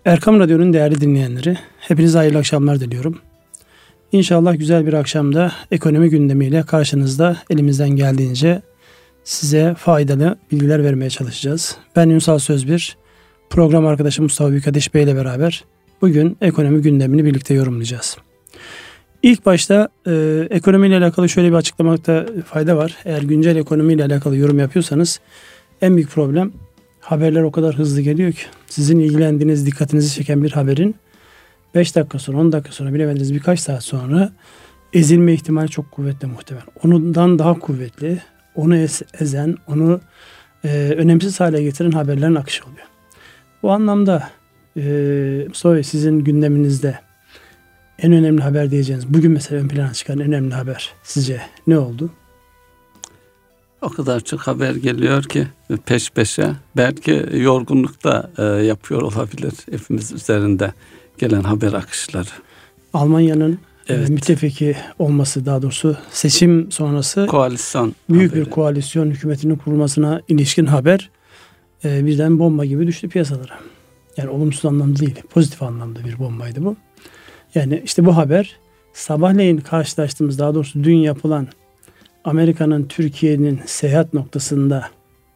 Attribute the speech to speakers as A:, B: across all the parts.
A: Erkam Radyo'nun değerli dinleyenleri, hepinize hayırlı akşamlar diliyorum. İnşallah güzel bir akşamda ekonomi gündemiyle karşınızda, elimizden geldiğince size faydalı bilgiler vermeye çalışacağız. Ben Ünsal Sözbir, program arkadaşım Mustafa Büyükateş Bey ile beraber bugün ekonomi gündemini birlikte yorumlayacağız. İlk başta ekonomiyle alakalı şöyle bir açıklamakta fayda var. Eğer güncel ekonomiyle alakalı yorum yapıyorsanız en büyük problem, haberler o kadar hızlı geliyor ki sizin ilgilendiğiniz, dikkatinizi çeken bir haberin 5 dakika sonra, 10 dakika sonra, bilemediniz birkaç saat sonra ezilme ihtimali çok kuvvetli muhtemel. Ondan daha kuvvetli, onu ezen, onu önemsiz hale getiren haberlerin akışı oluyor. Bu anlamda Mustafa Bey, sizin gündeminizde en önemli haber diyeceğiniz, bugün mesela ön plana çıkan en önemli haber sizce ne oldu?
B: O kadar çok haber geliyor ki peş peşe. Belki yorgunluk da yapıyor olabilir hepimiz üzerinde gelen haber akışları.
A: Almanya'nın müttefiki olması, daha doğrusu seçim sonrası
B: koalisyon
A: büyük
B: haberi.
A: Bir koalisyon hükümetinin kurulmasına ilişkin haber birden bomba gibi düştü piyasalara. Yani olumsuz anlamda değil, pozitif anlamda bir bombaydı bu. Yani işte bu haber sabahleyin karşılaştığımız, daha doğrusu dün yapılan Amerika'nın Türkiye'nin seyahat noktasında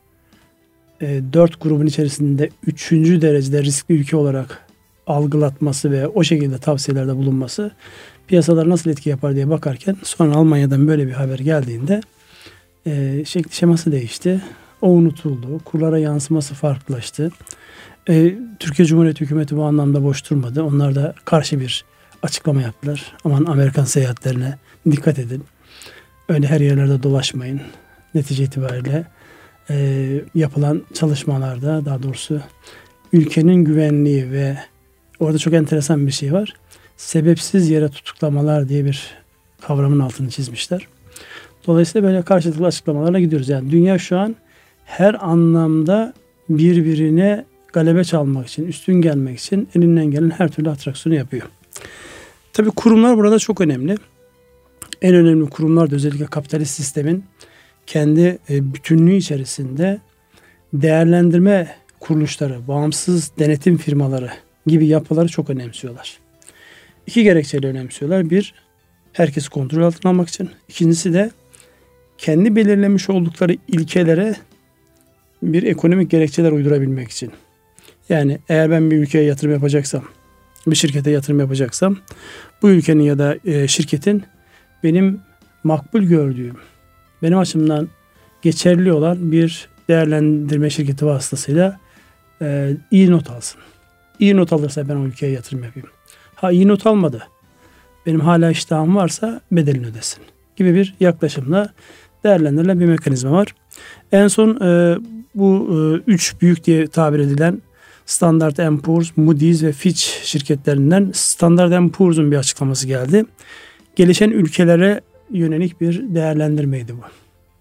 A: 4 grubun içerisinde 3. derecede riskli ülke olarak algılatması ve o şekilde tavsiyelerde bulunması piyasalar nasıl etki yapar diye bakarken sonra Almanya'dan böyle bir haber geldiğinde şekli şeması değişti. O unutuldu. Kurlara yansıması farklılaştı. Türkiye Cumhuriyeti Hükümeti bu anlamda boş durmadı. Onlar da karşı bir açıklama yaptılar. Aman Amerikan seyahatlerine dikkat edin. Öyle her yerlerde dolaşmayın. Netice itibariyle yapılan çalışmalarda, daha doğrusu ülkenin güvenliği ve orada çok enteresan bir şey var. Sebepsiz yere tutuklamalar diye bir kavramın altını çizmişler. Dolayısıyla böyle karşılıklı açıklamalarla gidiyoruz. Yani dünya şu an her anlamda birbirine galebe çalmak için, üstün gelmek için elinden gelen her türlü atraksiyonu yapıyor. Tabii kurumlar burada çok önemli. En önemli kurumlar da özellikle kapitalist sistemin kendi bütünlüğü içerisinde değerlendirme kuruluşları, bağımsız denetim firmaları gibi yapıları çok önemsiyorlar. 2 gerekçeyle önemsiyorlar. Bir, herkesi kontrol altına almak için. İkincisi de kendi belirlemiş oldukları ilkelere bir ekonomik gerekçeler uydurabilmek için. Yani eğer ben bir ülkeye yatırım yapacaksam, bir şirkete yatırım yapacaksam, bu ülkenin ya da şirketin benim makbul gördüğüm, benim açımdan geçerli olan bir değerlendirme şirketi vasıtasıyla iyi not alsın. İyi not alırsa ben o ülkeye yatırım yapayım. Ha, iyi not almadı, benim hala iştahım varsa bedelini ödesin gibi bir yaklaşımla değerlendirilen bir mekanizma var. En son bu 3 büyük diye tabir edilen Standard & Poor's, Moody's ve Fitch şirketlerinden Standard & Poor's'un bir açıklaması geldi. Gelişen ülkelere yönelik bir değerlendirmeydi bu.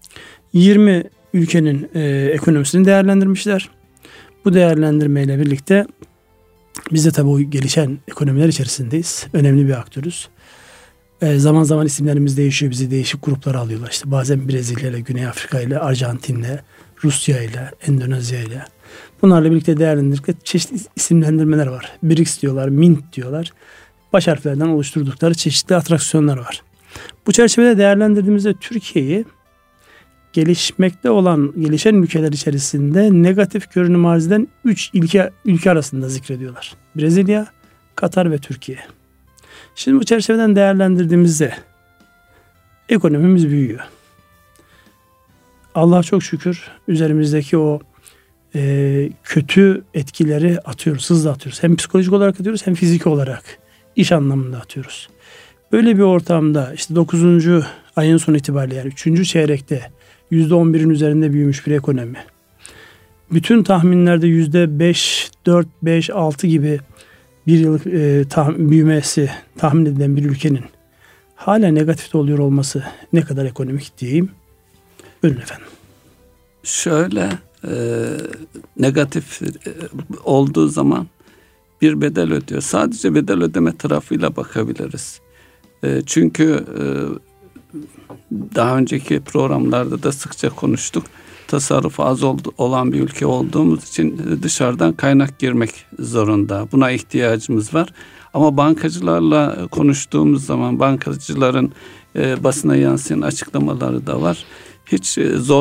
A: 20 ülkenin ekonomisini değerlendirmişler. Bu değerlendirmeyle birlikte biz de tabii o gelişen ekonomiler içerisindeyiz. Önemli bir aktörüz. Zaman zaman isimlerimiz değişiyor. Bizi değişik gruplara alıyorlar. İşte bazen Brezilya ile, Güney Afrika ile, Arjantin ile, Rusya ile, Endonezya ile. Bunlarla birlikte değerlendirdikleri çeşitli isimlendirmeler var. BRICS diyorlar, MINT diyorlar. Baş harflerden oluşturdukları çeşitli atraksiyonlar var. Bu çerçevede değerlendirdiğimizde Türkiye'yi gelişmekte olan, gelişen ülkeler içerisinde negatif görünüm arz eden 3 ülke arasında zikrediyorlar. Brezilya, Katar ve Türkiye. Şimdi bu çerçeveden değerlendirdiğimizde ekonomimiz büyüyor. Allah'a çok şükür üzerimizdeki o kötü etkileri atıyoruz, hızla atıyoruz. Hem psikolojik olarak atıyoruz hem fiziki olarak, iş anlamında atıyoruz. Böyle bir ortamda işte 9. ayın sonu itibariyle, yani 3. çeyrekte %11'in üzerinde büyümüş bir ekonomi. Bütün tahminlerde %5, 4, 5, 6 gibi bir yıllık büyümesi tahmin edilen bir ülkenin hala negatifte oluyor olması ne kadar ekonomik diyeyim. Buyurun efendim.
B: Şöyle negatif olduğu zaman bir bedel ödüyor. Sadece bedel ödeme tarafıyla bakabiliriz. Çünkü daha önceki programlarda da sıkça konuştuk. tasarrufu az olan bir ülke olduğumuz için dışarıdan kaynak girmek zorunda. Buna ihtiyacımız var. Ama bankacılarla konuştuğumuz zaman bankacıların basına yansıyan açıklamaları da var. Hiç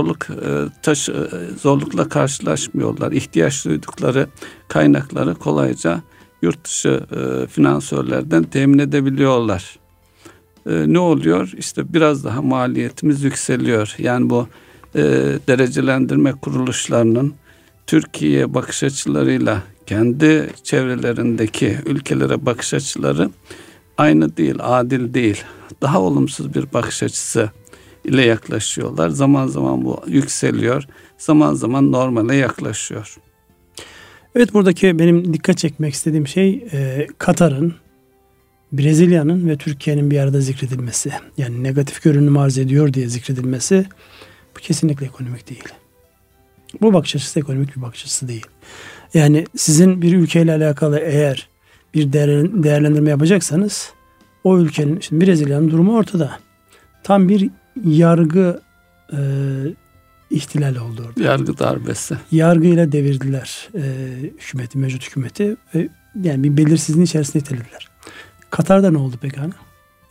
B: zorlukla karşılaşmıyorlar. İhtiyaç duydukları kaynakları kolayca yurt dışı finansörlerden temin edebiliyorlar. Ne oluyor? İşte biraz daha maliyetimiz yükseliyor. Yani bu derecelendirme kuruluşlarının Türkiye'ye bakış açılarıyla kendi çevrelerindeki ülkelere bakış açıları aynı değil, adil değil. Daha olumsuz bir bakış açısı ile yaklaşıyorlar. Zaman zaman bu yükseliyor, zaman zaman normale yaklaşıyor.
A: Evet, buradaki benim dikkat çekmek istediğim şey Katar'ın, Brezilya'nın ve Türkiye'nin bir arada zikredilmesi. Yani negatif görünüm arz ediyor diye zikredilmesi, bu kesinlikle ekonomik değil. Bu bakış açısı ekonomik bir bakış açısı değil. Yani sizin bir ülkeyle alakalı eğer bir değerlendirme yapacaksanız o ülkenin, şimdi Brezilya'nın durumu ortada. Tam bir yargı ihtilali oldu orada.
B: Yargı darbesi.
A: Yargıyla devirdiler hükümeti, mevcut hükümeti ve yani bir belirsizliğin içerisine itelediler. Katar'da ne oldu peki hani?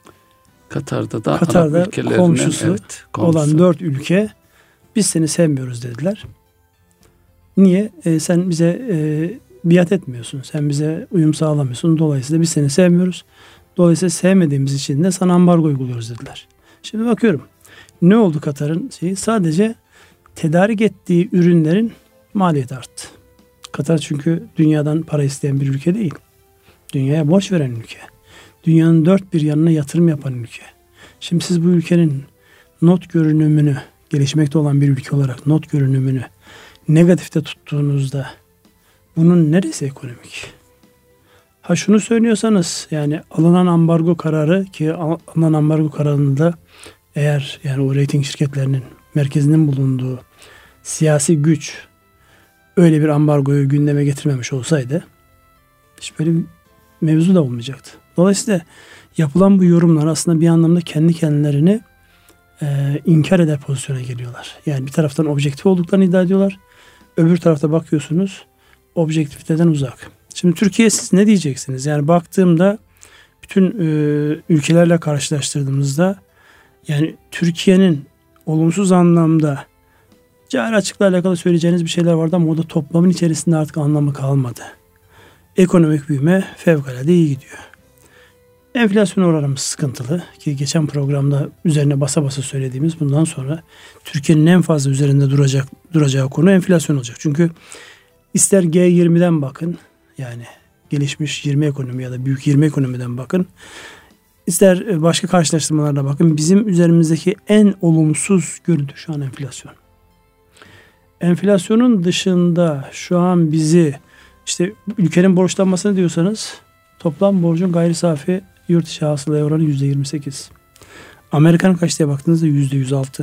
B: Katar'da
A: komşusu olan 4 ülke biz seni sevmiyoruz dediler. Niye? Sen bize biat etmiyorsun. Sen bize uyum sağlamıyorsun. Dolayısıyla biz seni sevmiyoruz. Dolayısıyla sevmediğimiz için de sana ambargo uyguluyoruz dediler. Şimdi bakıyorum. Ne oldu Katar'ın şeyi? Sadece tedarik ettiği ürünlerin maliyeti arttı. Katar çünkü dünyadan para isteyen bir ülke değil. Dünyaya borç veren ülke. Dünyanın dört bir yanına yatırım yapan ülke. Şimdi siz bu ülkenin not görünümünü, gelişmekte olan bir ülke olarak not görünümünü negatifte tuttuğunuzda bunun neresi ekonomik? Ha şunu söylüyorsanız, yani alınan ambargo kararı, ki alınan ambargo kararında eğer yani o reyting şirketlerinin merkezinin bulunduğu siyasi güç öyle bir ambargoyu gündeme getirmemiş olsaydı hiç böyle bir mevzu da olmayacaktı. Dolayısıyla yapılan bu yorumlar aslında bir anlamda kendi kendilerini inkar eder pozisyona geliyorlar. Yani bir taraftan objektif olduklarını iddia ediyorlar. Öbür tarafta bakıyorsunuz objektiviteden uzak. Şimdi Türkiye, siz ne diyeceksiniz? Yani baktığımda bütün ülkelerle karşılaştırdığımızda yani Türkiye'nin olumsuz anlamda cari açıkla alakalı söyleyeceğiniz bir şeyler vardı ama o da toplamın içerisinde artık anlamı kalmadı. Ekonomik büyüme fevkalade iyi gidiyor. Enflasyon oranımız sıkıntılı ki geçen programda üzerine basa basa söylediğimiz, bundan sonra Türkiye'nin en fazla üzerinde duracağı konu enflasyon olacak. Çünkü ister G20'den bakın, yani gelişmiş 20 ekonomi ya da büyük 20 ekonomiden bakın, ister başka karşılaştırmalarına bakın, bizim üzerimizdeki en olumsuz görüntü şu an enflasyon. Enflasyonun dışında şu an bizi işte ülkenin borçlanmasını diyorsanız toplam borcun gayri safi yurt içi hasılaya oranı %28. Amerikan kaç diye baktığınızda %106.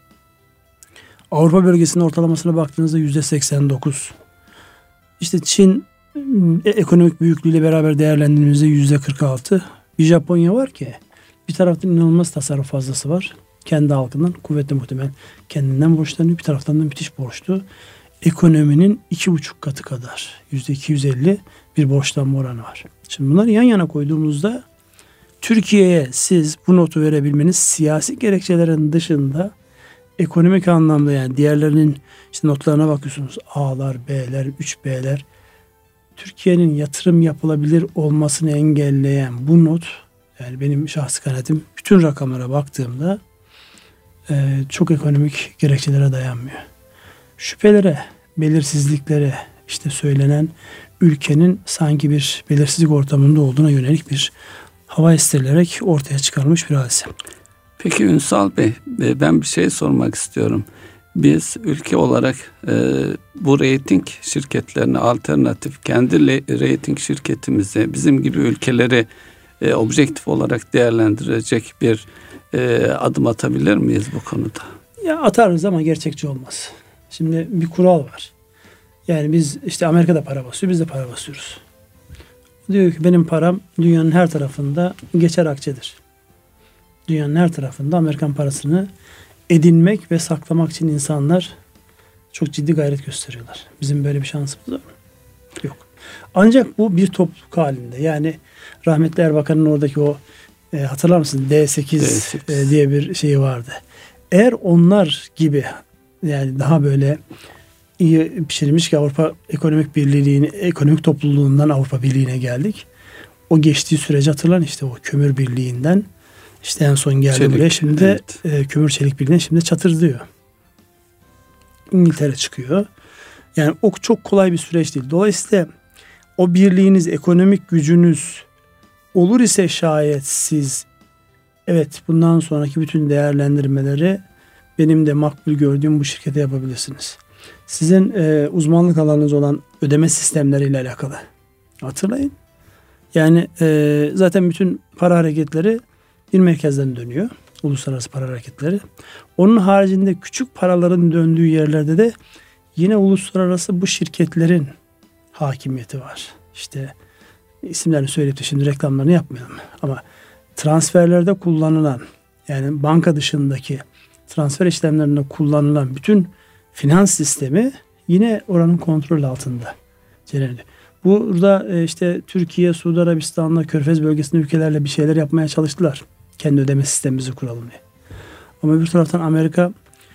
A: Avrupa bölgesinin ortalamasına baktığınızda %89. İşte Çin ekonomik büyüklüğüyle beraber değerlendirdiğimizde %46. Bir Japonya var ki bir taraftan inanılmaz tasarruf fazlası var. Kendi halkından kuvvetli muhtemel kendinden borçlanıyor. Bir taraftan da müthiş borçlu. Ekonominin 2,5 katı kadar %250 bir borçlanma oranı var. Şimdi bunları yan yana koyduğumuzda Türkiye'ye siz bu notu verebilmeniz siyasi gerekçelerin dışında ekonomik anlamda, yani diğerlerinin işte notlarına bakıyorsunuz, A'lar, B'ler, 3B'ler, Türkiye'nin yatırım yapılabilir olmasını engelleyen bu not, yani benim şahsi kanaatim, bütün rakamlara baktığımda çok ekonomik gerekçelere dayanmıyor. Şüphelere, belirsizliklere, işte söylenen ülkenin sanki bir belirsizlik ortamında olduğuna yönelik bir hava estirilerek ortaya çıkarılmış bir hadise.
B: Peki Ünsal Bey, ben bir şey sormak istiyorum. Biz ülke olarak bu reyting şirketlerine alternatif kendi reyting şirketimize, bizim gibi ülkeleri objektif olarak değerlendirecek bir adım atabilir miyiz bu konuda?
A: Ya atarız ama gerçekçi olmaz. Şimdi bir kural var. Yani biz işte Amerika'da para basıyor, biz de para basıyoruz. Diyor ki benim param dünyanın her tarafında geçer akçedir. Dünyanın her tarafında Amerikan parasını edinmek ve saklamak için insanlar çok ciddi gayret gösteriyorlar. Bizim böyle bir şansımız var mı? Yok. Ancak bu bir topluluk halinde. Yani rahmetli Erbakan'ın oradaki o hatırlar mısın? D8 diye bir şey vardı. Eğer onlar gibi, yani daha böyle iyi pişirilmiş ki Avrupa Ekonomik Birliği'nin ekonomik topluluğundan Avrupa Birliği'ne geldik. O geçtiği süreci hatırlayın, işte o kömür birliğinden işte en son geldi çelik, buraya. Şimdi de kömür çelik birliğinden şimdi çatır diyor. İngiltere çıkıyor. Yani o çok kolay bir süreç değil. Dolayısıyla o birliğiniz, ekonomik gücünüz olur ise şayet siz, evet, bundan sonraki bütün değerlendirmeleri benim de makbul gördüğüm bu şirkete yapabilirsiniz. Sizin uzmanlık alanınız olan ödeme sistemleriyle alakalı. Hatırlayın. Yani zaten bütün para hareketleri bir merkezden dönüyor. Uluslararası para hareketleri. Onun haricinde küçük paraların döndüğü yerlerde de yine uluslararası bu şirketlerin hakimiyeti var. İşte isimlerini söyleyip de şimdi reklamlarını yapmayalım. Ama transferlerde kullanılan, yani banka dışındaki transfer işlemlerinde kullanılan bütün finans sistemi yine oranın kontrol altında. Burada işte Türkiye, Suudi Arabistan'la, Körfez bölgesinde ülkelerle bir şeyler yapmaya çalıştılar. Kendi ödeme sistemimizi kuralım diye. Ama bir taraftan Amerika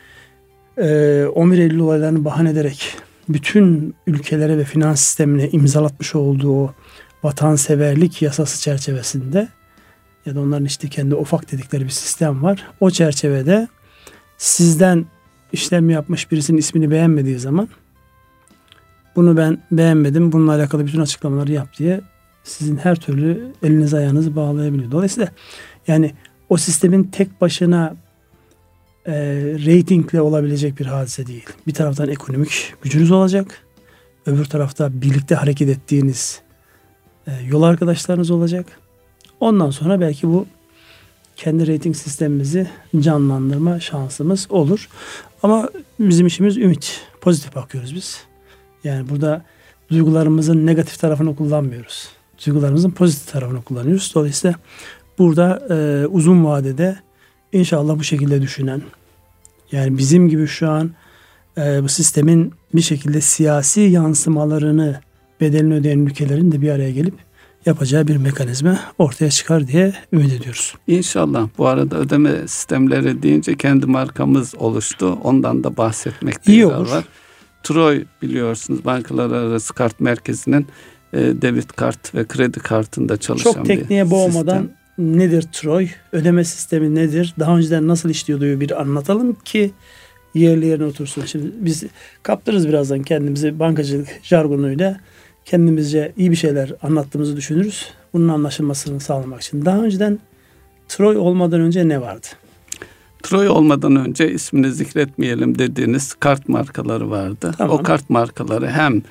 A: 11 Eylül olaylarını bahane ederek bütün ülkelere ve finans sistemine imzalatmış olduğu o vatanseverlik yasası çerçevesinde, ya da onların işte kendi ufak dedikleri bir sistem var. O çerçevede sizden işlem yapmış birisinin ismini beğenmediği zaman, bunu ben beğenmedim, bununla alakalı bütün açıklamaları yap diye sizin her türlü elinizi ayağınızı bağlayabiliyor. Dolayısıyla yani o sistemin tek başına reytingle olabilecek bir hadise değil. Bir taraftan ekonomik gücünüz olacak. Öbür tarafta birlikte hareket ettiğiniz yol arkadaşlarınız olacak. Ondan sonra belki bu kendi reyting sistemimizi canlandırma şansımız olur. Ama bizim işimiz ümit. Pozitif bakıyoruz biz. Yani burada duygularımızın negatif tarafını kullanmıyoruz. Duygularımızın pozitif tarafını kullanıyoruz. Dolayısıyla burada uzun vadede inşallah bu şekilde düşünen, yani bizim gibi şu an bu sistemin bir şekilde siyasi yansımalarını, bedelini ödeyen ülkelerin de bir araya gelip yapacağı bir mekanizma ortaya çıkar diye ümit ediyoruz.
B: İnşallah. Bu arada ödeme sistemleri deyince kendi markamız oluştu. Ondan da bahsetmekte
A: iyi olur.
B: Var. Troy, biliyorsunuz, bankalar arası kart merkezinin debit kart ve kredi kartında çalışan
A: çok tekniğe boğmadan nedir Troy? Ödeme sistemi nedir? Daha önceden nasıl işliyordu bir anlatalım ki yerli yerine otursun. Şimdi biz kaptırırız birazdan kendimizi bankacılık jargonuyla. Kendimizce iyi bir şeyler anlattığımızı düşünürüz. Bunun anlaşılmasını sağlamak için. Daha önceden Troy olmadan önce ne vardı?
B: Troy olmadan önce ismini zikretmeyelim dediğiniz kart markaları vardı. Tamam. O kart markaları hem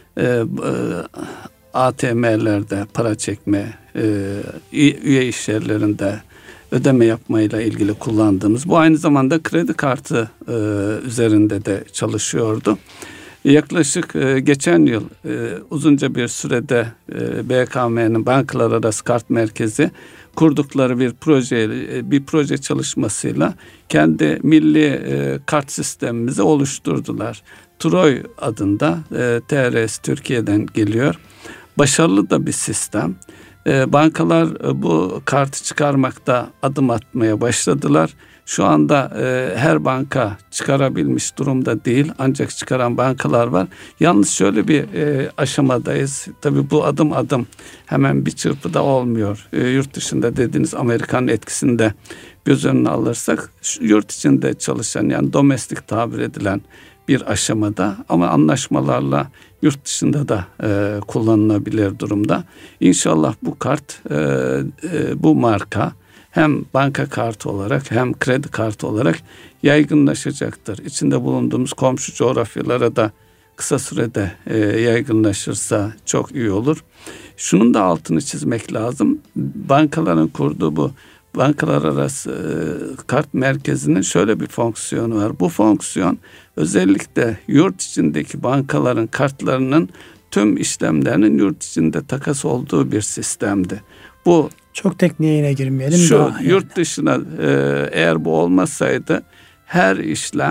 B: ATM'lerde para çekme, üye iş yerlerinde ödeme yapmayla ilgili kullandığımız, bu aynı zamanda kredi kartı üzerinde de çalışıyordu. Yaklaşık geçen yıl uzunca bir sürede BKM'nin bankalar arası kart merkezi kurdukları bir proje çalışmasıyla kendi milli kart sistemimizi oluşturdular. Troy adında, TRS Türkiye'den geliyor. Başarılı da bir sistem. Bankalar bu kartı çıkarmakta adım atmaya başladılar. Şu anda her banka çıkarabilmiş durumda değil, ancak çıkaran bankalar var. Yalnız şöyle bir aşamadayız. Tabii bu adım adım hemen bir çırpıda olmuyor. Yurt dışında dediğiniz Amerikan etkisinde göz önüne alırsak, yurt içinde çalışan, yani domestik tabir edilen bir aşamada, ama anlaşmalarla yurt dışında da kullanılabilir durumda. İnşallah bu kart, bu marka hem banka kartı olarak hem kredi kartı olarak yaygınlaşacaktır. İçinde bulunduğumuz komşu coğrafyalara da kısa sürede yaygınlaşırsa çok iyi olur. Şunun da altını çizmek lazım. Bankaların kurduğu bu bankalar arası kart merkezinin şöyle bir fonksiyonu var. Bu fonksiyon özellikle yurt içindeki bankaların kartlarının tüm işlemlerinin yurt içinde takas olduğu bir sistemdi. Bu
A: çok tekniğe yine girmeyelim.
B: Şu yurt dışına eğer bu olmasaydı her işlem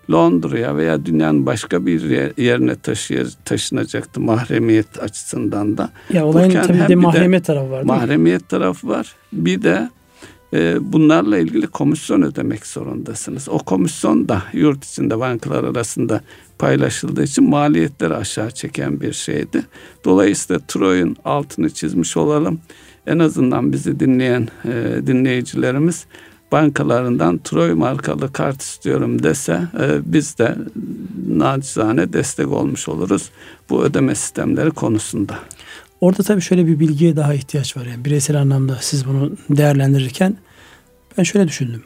B: Londra'ya veya dünyanın başka bir yerine taşınacaktı mahremiyet açısından da.
A: Ya olayın tabii de mahremiyet tarafı var.
B: Mahremiyet tarafı var. Bir de bunlarla ilgili komisyon ödemek zorundasınız. O komisyon da yurt içinde bankalar arasında paylaşıldığı için maliyetleri aşağı çeken bir şeydi. Dolayısıyla Troy'un altını çizmiş olalım. En azından bizi dinleyen dinleyicilerimiz bankalarından Troy markalı kart istiyorum dese biz de nacizane destek olmuş oluruz bu ödeme sistemleri konusunda.
A: Orada tabii şöyle bir bilgiye daha ihtiyaç var. Yani bireysel anlamda siz bunu değerlendirirken ben şöyle düşündüm.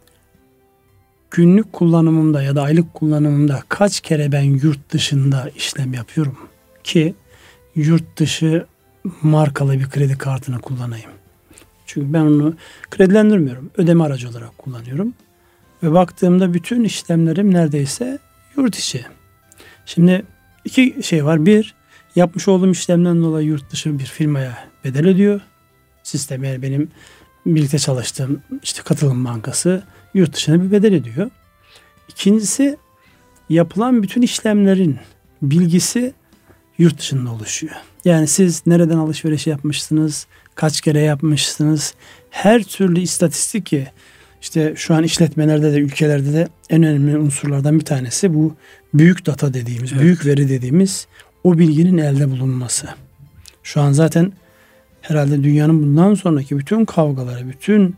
A: Günlük kullanımımda ya da aylık kullanımımda kaç kere ben yurt dışında işlem yapıyorum ki yurt dışı markalı bir kredi kartını kullanayım. Çünkü ben onu kredilendirmiyorum. Ödeme aracı olarak kullanıyorum. Ve baktığımda bütün işlemlerim neredeyse yurt içi. Şimdi iki şey var. Bir, yapmış olduğum işlemden dolayı yurt dışı bir firmaya bedel ödüyor. Sistem, yani benim birlikte çalıştığım işte katılım bankası yurt dışına bir bedel ödüyor. İkincisi, yapılan bütün işlemlerin bilgisi yurt dışında oluşuyor. Yani siz nereden alışveriş yapmışsınız, kaç kere yapmışsınız, her türlü istatistik ki işte şu an işletmelerde de ülkelerde de en önemli unsurlardan bir tanesi bu büyük data dediğimiz, evet, büyük veri dediğimiz o bilginin elde bulunması. Şu an zaten herhalde dünyanın bundan sonraki bütün kavgaları, bütün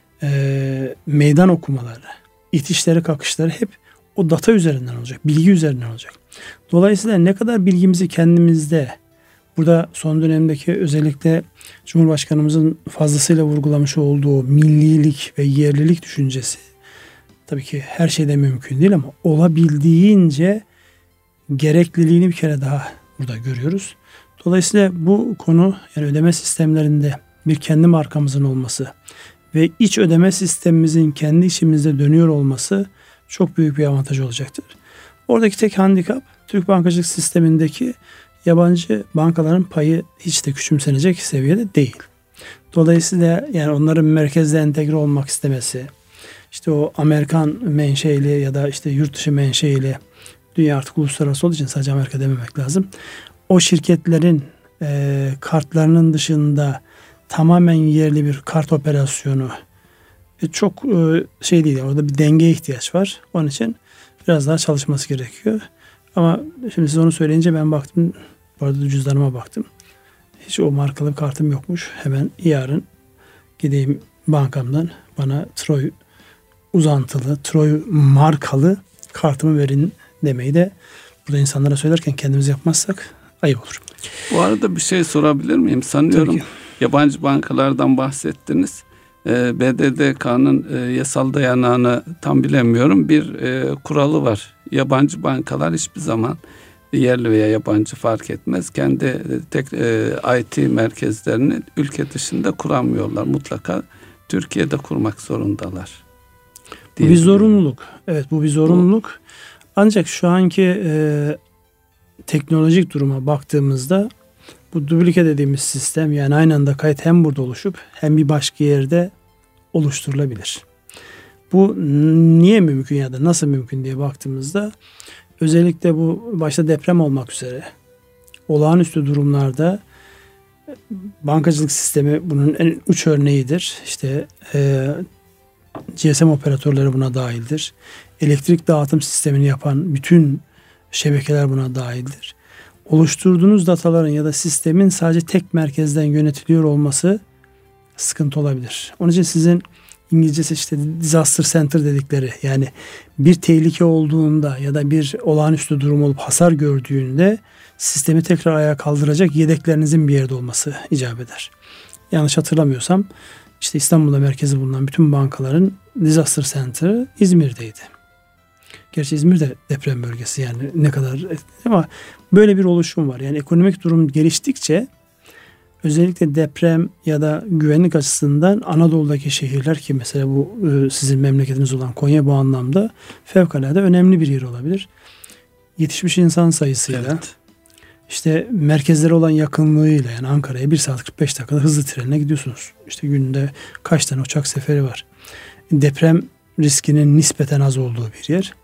A: meydan okumaları, itişleri, kakışları hep o data üzerinden olacak, bilgi üzerinden olacak. Dolayısıyla ne kadar bilgimizi kendimizde, burada son dönemdeki özellikle Cumhurbaşkanımızın fazlasıyla vurgulamış olduğu millilik ve yerlilik düşüncesi, tabii ki her şeyde mümkün değil ama olabildiğince gerekliliğini bir kere daha burada görüyoruz. Dolayısıyla bu konu, yani ödeme sistemlerinde bir kendi markamızın olması ve iç ödeme sistemimizin kendi içimizde dönüyor olması çok büyük bir avantaj olacaktır. Oradaki tek handikap Türk bankacılık sistemindeki yabancı bankaların payı hiç de küçümsenecek seviyede değil. Dolayısıyla yani onların merkezde entegre olmak istemesi, işte o Amerikan menşeili ya da işte yurt dışı menşeili, dünya artık uluslararası olduğu için sadece Amerika dememek lazım. O şirketlerin kartlarının dışında tamamen yerli bir kart operasyonu çok şey değil. Orada bir dengeye ihtiyaç var. Onun için biraz daha çalışması gerekiyor. Ama şimdi siz onu söyleyince ben baktım. Bu arada cüzdanıma baktım. Hiç o markalı kartım yokmuş. Hemen yarın gideyim bankamdan bana Troy uzantılı, Troy markalı kartımı verin demeyi de burada insanlara söylerken kendimiz yapmazsak ayıp olur.
B: Bu arada bir şey sorabilir miyim? Sanıyorum yabancı bankalardan bahsettiniz. BDDK'nın yasal dayanağını tam bilemiyorum. Bir kuralı var. Yabancı bankalar hiçbir zaman yerli veya yabancı fark etmez. Kendi IT merkezlerini ülke dışında kuramıyorlar. Mutlaka Türkiye'de kurmak zorundalar.
A: Bu bir zorunluluk. Evet, bu bir zorunluluk. Ancak şu anki teknolojik duruma baktığımızda bu dublike dediğimiz sistem, yani aynı anda kayıt hem burada oluşup hem bir başka yerde oluşturulabilir. Bu niye mümkün ya da nasıl mümkün diye baktığımızda özellikle bu başta deprem olmak üzere olağanüstü durumlarda bankacılık sistemi bunun en uç örneğidir. İşte GSM operatörleri buna dahildir. Elektrik dağıtım sistemini yapan bütün şebekeler buna dahildir. Oluşturduğunuz dataların ya da sistemin sadece tek merkezden yönetiliyor olması sıkıntı olabilir. Onun için sizin İngilizcesi işte disaster center dedikleri, yani bir tehlike olduğunda ya da bir olağanüstü durum olup hasar gördüğünde sistemi tekrar ayağa kaldıracak yedeklerinizin bir yerde olması icap eder. Yanlış hatırlamıyorsam işte İstanbul'da merkezi bulunan bütün bankaların disaster center'ı İzmir'deydi. Gerçi İzmir de deprem bölgesi, yani ne kadar, ama böyle bir oluşum var. Yani ekonomik durum geliştikçe özellikle deprem ya da güvenlik açısından Anadolu'daki şehirler, ki mesela bu sizin memleketiniz olan Konya bu anlamda fevkalade önemli bir yer olabilir. Yetişmiş insan sayısıyla, evet, işte merkezlere olan yakınlığıyla, yani Ankara'ya 1 saat 45 dakikada hızlı trenle gidiyorsunuz. İşte günde kaç tane uçak seferi var. Deprem riskinin nispeten az olduğu bir yer.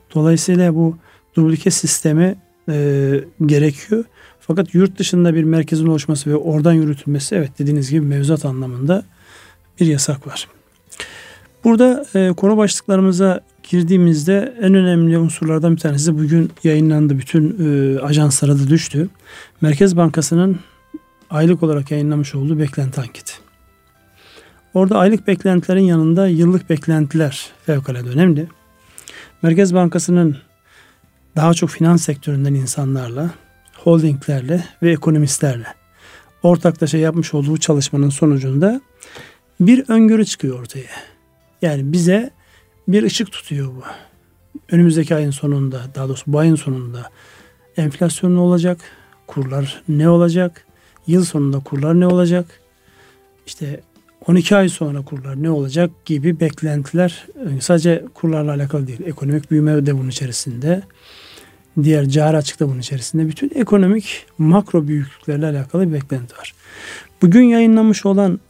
A: Dolayısıyla bu dublike sistemi gerekiyor. Fakat yurt dışında bir merkezin oluşması ve oradan yürütülmesi, evet dediğiniz gibi mevzuat anlamında bir yasak var. Burada konu başlıklarımıza girdiğimizde en önemli unsurlardan bir tanesi bugün yayınlandı. Bütün ajanslara da düştü. Merkez Bankası'nın aylık olarak yayınlamış olduğu beklenti anketi. Orada aylık beklentilerin yanında yıllık beklentiler fevkalade önemli. Merkez Bankası'nın daha çok finans sektöründen insanlarla, holdinglerle ve ekonomistlerle ortaklaşa yapmış olduğu çalışmanın sonucunda bir öngörü çıkıyor ortaya. Yani bize bir ışık tutuyor bu. Önümüzdeki ayın sonunda, daha doğrusu bu ayın sonunda enflasyon ne olacak? Kurlar ne olacak? Yıl sonunda kurlar ne olacak? İşte 12 ay sonra kurlar ne olacak gibi beklentiler sadece kurlarla alakalı değil. Ekonomik büyüme de bunun içerisinde. Diğer cari açık da bunun içerisinde. Bütün ekonomik makro büyüklüklerle alakalı bir beklenti var. Bugün yayınlanmış olan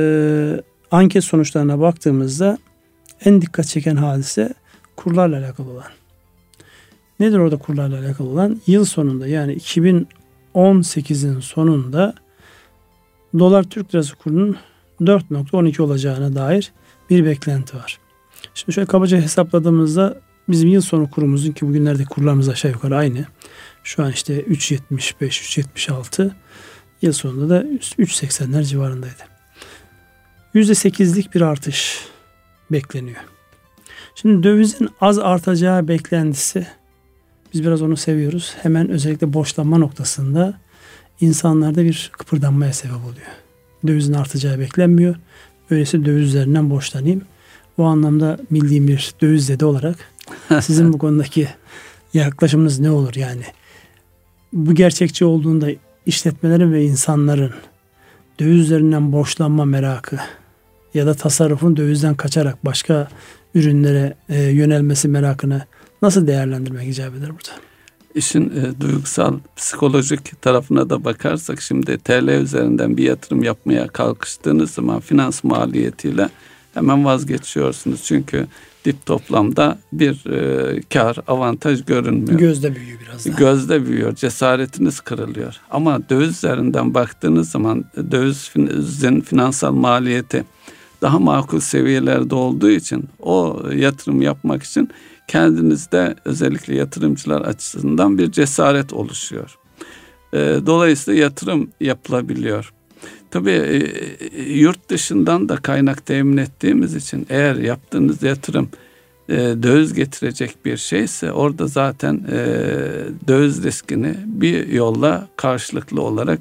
A: anket sonuçlarına baktığımızda en dikkat çeken hadise kurlarla alakalı olan. Nedir orada kurlarla alakalı olan? Yıl sonunda yani 2018'in sonunda dolar Türk lirası kurunun 4.12 olacağına dair bir beklenti var. Şimdi şöyle kabaca hesapladığımızda bizim yıl sonu kurumuzun, ki bugünlerde kurlarımız aşağı yukarı aynı. Şu an işte 3.75, 3.76, yıl sonunda da 3.80'ler civarındaydı. %8'lik bir artış bekleniyor. Şimdi dövizin az artacağı beklentisi, biz biraz onu seviyoruz. Hemen özellikle borçlanma noktasında insanlarda bir kıpırdanmaya sebep oluyor. Dövizin artacağı beklenmiyor. Öyleyse döviz üzerinden borçlanayım. Bu anlamda bildiğim bir döviz dede olarak sizin bu konudaki yaklaşımınız ne olur yani? Bu gerçekçi olduğunda işletmelerin ve insanların döviz üzerinden borçlanma merakı ya da tasarrufun dövizden kaçarak başka ürünlere yönelmesi merakını nasıl değerlendirmek icap eder burada?
B: İşin duygusal, psikolojik tarafına da bakarsak, şimdi TL üzerinden bir yatırım yapmaya kalkıştığınız zaman finans maliyetiyle hemen vazgeçiyorsunuz. Çünkü dip toplamda bir kar, avantaj görünmüyor.
A: Gözde büyüyor biraz daha.
B: Gözde büyüyor, cesaretiniz kırılıyor. Ama döviz üzerinden baktığınız zaman dövizin finansal maliyeti daha makul seviyelerde olduğu için o yatırım yapmak için kendinizde, özellikle yatırımcılar açısından bir cesaret oluşuyor. Dolayısıyla yatırım yapılabiliyor. Tabii yurt dışından da kaynak temin ettiğimiz için eğer yaptığınız yatırım döviz getirecek bir şeyse orada zaten döviz riskini bir yolla karşılıklı olarak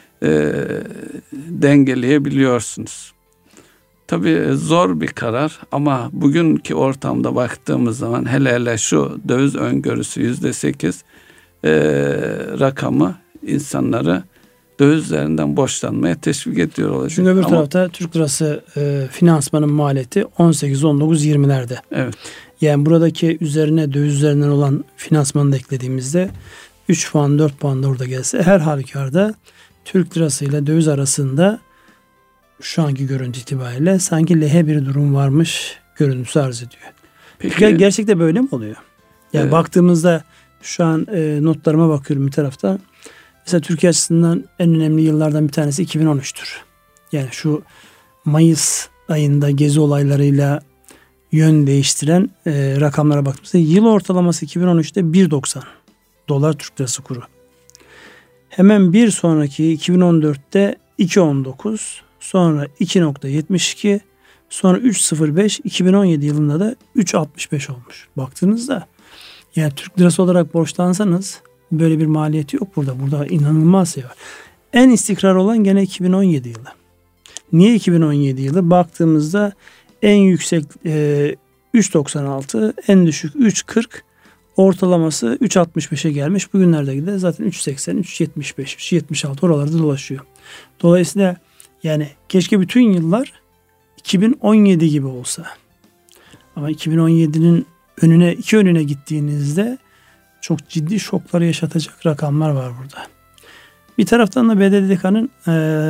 B: dengeleyebiliyorsunuz. Tabii zor bir karar ama bugünkü ortamda baktığımız zaman hele şu döviz öngörüsü %8 rakamı insanları döviz üzerinden borçlanmaya teşvik ediyor olacak.
A: Çünkü öbür tarafta Türk lirası finansmanın maliyeti 18, 19, 20'lerde.
B: Evet.
A: Yani buradaki üzerine döviz üzerinden olan finansmanı da eklediğimizde 3 puan 4 puan da orada gelse her halükarda Türk lirası ile döviz arasında şu anki görüntü itibariyle sanki lehe bir durum varmış görüntüsü arz ediyor. Peki gerçekte böyle mi oluyor? Yani evet. Baktığımızda şu an notlarıma bakıyorum bir tarafta. Mesela Türkiye açısından en önemli yıllardan bir tanesi 2013'tür. Yani şu Mayıs ayında gezi olaylarıyla yön değiştiren rakamlara baktığımızda yıl ortalaması 2013'te 1.90 dolar Türk lirası kuru. Hemen bir sonraki 2014'te 2.19, sonra 2.72, sonra 3.05, 2017 yılında da 3.65 olmuş. Baktığınızda yani Türk lirası olarak borçlansanız böyle bir maliyeti yok burada. Burada inanılmaz şey var. En istikrar olan gene 2017 yılı. Niye 2017 yılı? Baktığımızda en yüksek 3.96, en düşük 3.40, ortalaması 3.65'e gelmiş. Bugünlerde de zaten 3.80, 3.75, 3.76 oralarda dolaşıyor. Dolayısıyla yani keşke bütün yıllar 2017 gibi olsa. Ama 2017'nin önüne gittiğinizde çok ciddi şokları yaşatacak rakamlar var burada. Bir taraftan da BDDK'nın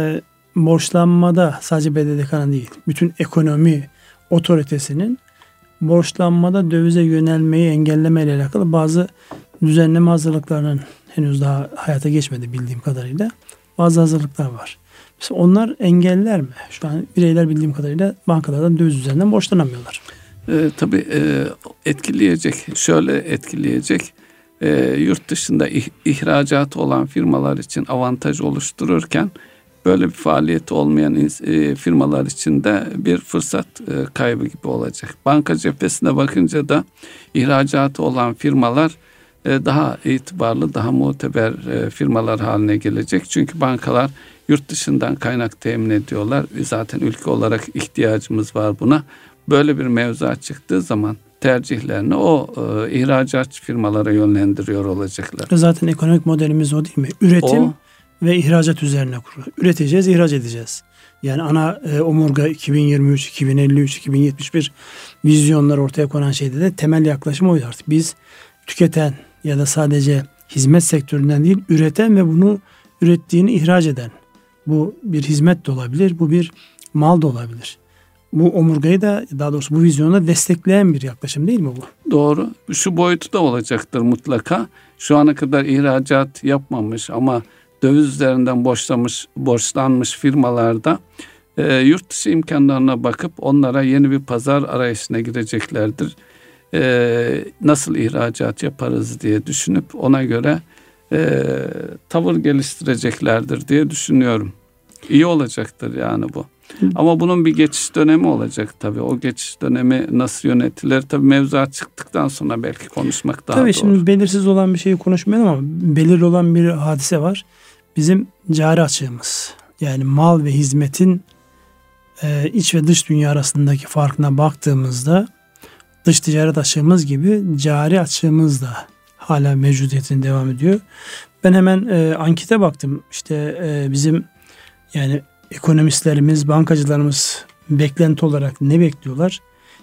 A: borçlanmada, sadece BDDK'nın değil, bütün ekonomi otoritesinin borçlanmada dövize yönelmeyi engelleme ile alakalı bazı düzenleme hazırlıklarının henüz daha hayata geçmedi bildiğim kadarıyla. Bazı hazırlıklar var. Mesela onlar engeller mi? Şu an bireyler bildiğim kadarıyla bankalardan döviz üzerinden borçlanamıyorlar.
B: Tabii etkileyecek. Şöyle etkileyecek. Yurt dışında ihracatı olan firmalar için avantaj oluştururken böyle bir faaliyeti olmayan firmalar için de bir fırsat kaybı gibi olacak. Banka cephesine bakınca da ihracatı olan firmalar daha itibarlı, daha muteber firmalar haline gelecek. Çünkü bankalar yurt dışından kaynak temin ediyorlar. Zaten ülke olarak ihtiyacımız var buna. Böyle bir mevzuat çıktığı zaman tercihlerini o ihracat firmalara yönlendiriyor olacaklar.
A: Zaten ekonomik modelimiz o değil mi? Üretim ve ihracat üzerine kurulu. Üreteceğiz, ihraç edeceğiz. Yani ana omurga 2023, 2053, 2071 vizyonlar ortaya konan şeyde de temel yaklaşım oydu artık. Biz tüketen ya da sadece hizmet sektöründen değil, üreten ve bunu ürettiğini ihraç eden. Bu bir hizmet de olabilir, bu bir mal da olabilir. Bu omurgayı da, daha doğrusu bu vizyonu da destekleyen bir yaklaşım değil mi bu?
B: Doğru. Şu boyutu da olacaktır mutlaka. Şu ana kadar ihracat yapmamış ama döviz üzerinden borçlanmış firmalarda yurt dışı imkanlarına bakıp onlara yeni bir pazar arayışına gireceklerdir. Nasıl ihracat yaparız diye düşünüp ona göre tavır geliştireceklerdir diye düşünüyorum. İyi olacaktır yani bu. Ama bunun bir geçiş dönemi olacak tabii. O geçiş dönemi nasıl yönetilir? Tabii mevzuat çıktıktan sonra belki konuşmak daha
A: tabii
B: doğru.
A: Şimdi belirsiz olan bir şeyi konuşmayalım ama belirli olan bir hadise var. Bizim cari açığımız, yani mal ve hizmetin iç ve dış dünya arasındaki farkına baktığımızda dış ticaret açığımız gibi cari açığımız da hala mevcudiyetine devam ediyor. Ben hemen ankete baktım. İşte bizim yani ekonomistlerimiz, bankacılarımız beklenti olarak ne bekliyorlar?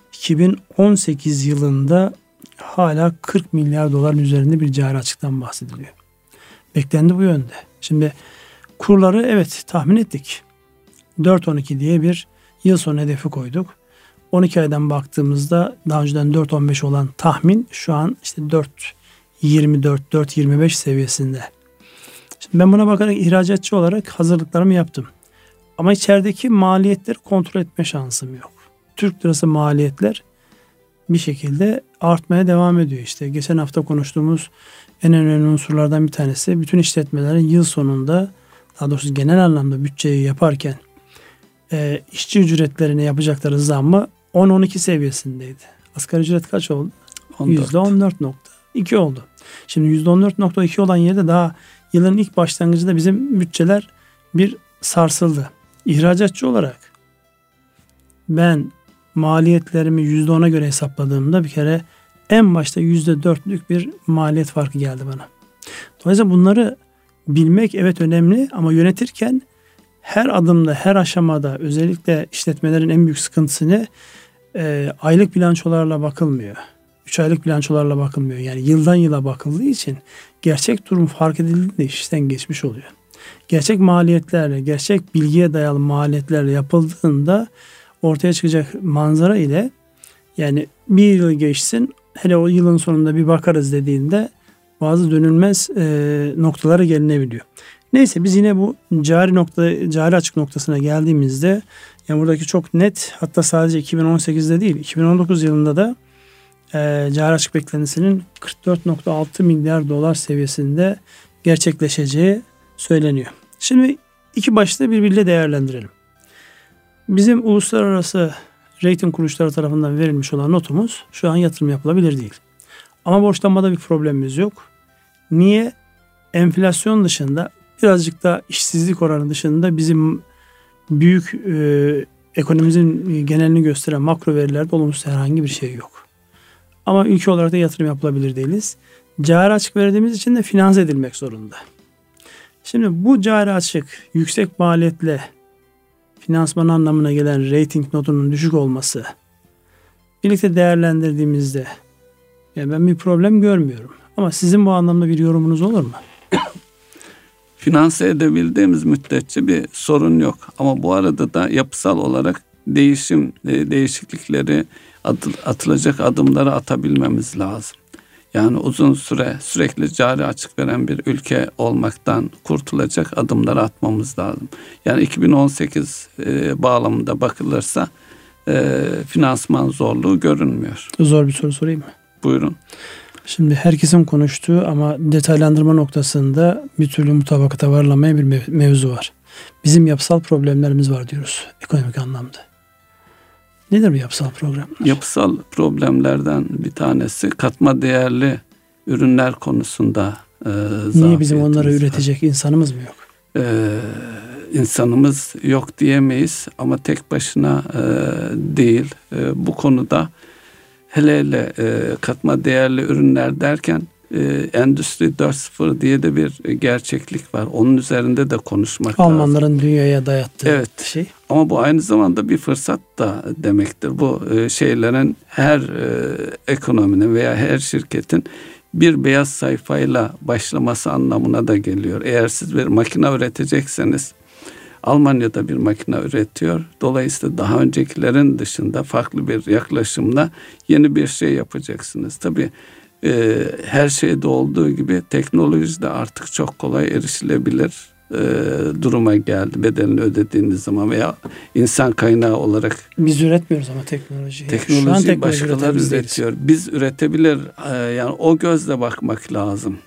A: 2018 yılında hala 40 milyar doların üzerinde bir cari açıktan bahsediliyor. Beklenti bu yönde. Şimdi kurları evet tahmin ettik. 4.12 diye bir yıl sonu hedefi koyduk. 12 aydan baktığımızda daha önceden 4.15 olan tahmin şu an işte 4.24, 4.25 seviyesinde. Şimdi ben buna bakarak ihracatçı olarak hazırlıklarımı yaptım. Ama içerideki maliyetleri kontrol etme şansım yok. Türk lirası maliyetler bir şekilde artmaya devam ediyor. İşte geçen hafta konuştuğumuz en önemli unsurlardan bir tanesi bütün işletmelerin yıl sonunda, daha doğrusu genel anlamda bütçeyi yaparken işçi ücretlerine yapacakları zammı 10-12 seviyesindeydi. Asgari ücret kaç oldu? %14.2 oldu. Şimdi %14.2 olan yerde daha yılın ilk başlangıcında bizim bütçeler bir sarsıldı. İhracatçı olarak ben maliyetlerimi %10'a göre hesapladığımda bir kere en başta %4'lük bir maliyet farkı geldi bana. Dolayısıyla bunları bilmek evet önemli ama yönetirken her adımda, her aşamada özellikle işletmelerin en büyük sıkıntısı ne? Aylık bilançolarla bakılmıyor. 3 aylık bilançolarla bakılmıyor. Yani yıldan yıla bakıldığı için gerçek durum fark edildiğinde işten geçmiş oluyor. Gerçek maliyetlerle, gerçek bilgiye dayalı maliyetlerle yapıldığında ortaya çıkacak manzara ile yani bir yıl geçsin, hele o yılın sonunda bir bakarız dediğinde bazı dönülmez noktalara gelinebiliyor. Neyse biz yine bu cari açık noktasına geldiğimizde yani buradaki çok net, hatta sadece 2018'de değil 2019 yılında da cari açık beklentisinin 44.6 milyar dolar seviyesinde gerçekleşeceği söyleniyor. Şimdi iki başlığı birbiriyle değerlendirelim. Bizim uluslararası rating kuruluşları tarafından verilmiş olan notumuz şu an yatırım yapılabilir değil. Ama borçlanmada bir problemimiz yok. Niye? Enflasyon dışında, birazcık da işsizlik oranı dışında bizim büyük ekonomimizin genelini gösteren makro verilerde olumsuz herhangi bir şey yok. Ama ülke olarak da yatırım yapılabilir değiliz. Cari açık verdiğimiz için de finanse edilmek zorunda. Şimdi bu cari açık yüksek maliyetle finansman anlamına gelen rating notunun düşük olması birlikte değerlendirdiğimizde yani ben bir problem görmüyorum. Ama sizin bu anlamda bir yorumunuz olur mu?
B: Finanse edebildiğimiz müddetçe bir sorun yok. Ama bu arada da yapısal olarak değişiklikleri, atılacak adımları atabilmemiz lazım. Yani uzun süre sürekli cari açık veren bir ülke olmaktan kurtulacak adımları atmamız lazım. Yani 2018 bağlamında bakılırsa finansman zorluğu görünmüyor.
A: Zor bir soru sorayım mı?
B: Buyurun.
A: Şimdi herkesin konuştuğu ama detaylandırma noktasında bir türlü mutabakata varılamaya bir mevzu var. Bizim yapısal problemlerimiz var diyoruz ekonomik anlamda. Nedir bu yapısal problemler?
B: Yapısal problemlerden bir tanesi katma değerli ürünler konusunda
A: Niye bizim onları üretecek insanımız mı yok?
B: İnsanımız yok diyemeyiz ama tek başına değil. Bu konuda hele katma değerli ürünler derken Endüstri 4.0 diye de bir gerçeklik var. Onun üzerinde de konuşmak lazım.
A: Almanların dünyaya dayattığı şey.
B: Ama bu aynı zamanda bir fırsat da demektir. Bu şeylerin her ekonominin veya her şirketin bir beyaz sayfayla başlaması anlamına da geliyor. Eğer siz bir makine üretecekseniz, Almanya'da bir makine üretiyor. Dolayısıyla daha öncekilerin dışında farklı bir yaklaşımla yeni bir şey yapacaksınız. Tabii her şeyde olduğu gibi teknoloji de artık çok kolay erişilebilir duruma geldi. Bedelini ödediğiniz zaman veya insan kaynağı olarak.
A: Biz üretmiyoruz ama teknolojiyi.
B: Teknolojiyi başkaları üretiyor. Biz üretebilir. Yani o gözle bakmak lazım.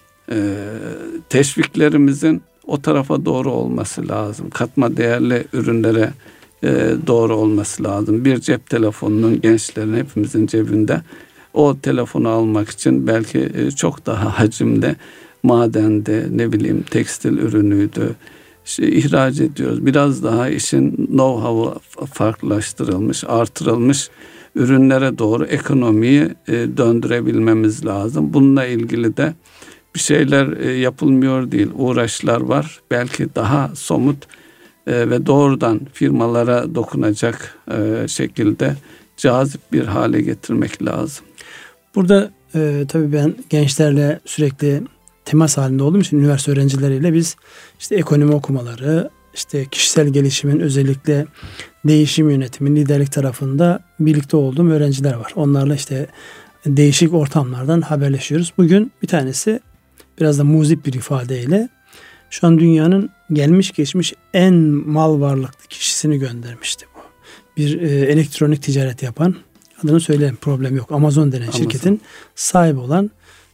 B: Teşviklerimizin o tarafa doğru olması lazım. Katma değerli ürünlere doğru olması lazım. Bir cep telefonunun gençlerin hepimizin cebinde. O telefonu almak için belki çok daha hacimde, madende, tekstil ürünüydü. İhraç ediyoruz. Biraz daha işin know-how'u farklılaştırılmış, artırılmış ürünlere doğru ekonomiyi döndürebilmemiz lazım. Bununla ilgili de bir şeyler yapılmıyor değil, uğraşlar var. Belki daha somut ve doğrudan firmalara dokunacak şekilde cazip bir hale getirmek lazım.
A: Burada tabii ben gençlerle sürekli temas halinde olduğum için üniversite öğrencileriyle biz işte ekonomi okumaları, işte kişisel gelişimin özellikle değişim yönetimi, liderlik tarafında birlikte olduğum öğrenciler var. Onlarla işte değişik ortamlardan haberleşiyoruz. Bugün bir tanesi biraz da muzip bir ifadeyle şu an dünyanın gelmiş geçmiş en mal varlıklı kişisini göndermişti bu. Bir elektronik ticaret yapan, adını söyleyeyim, problem yok, Amazon denen şirketin sahibi olan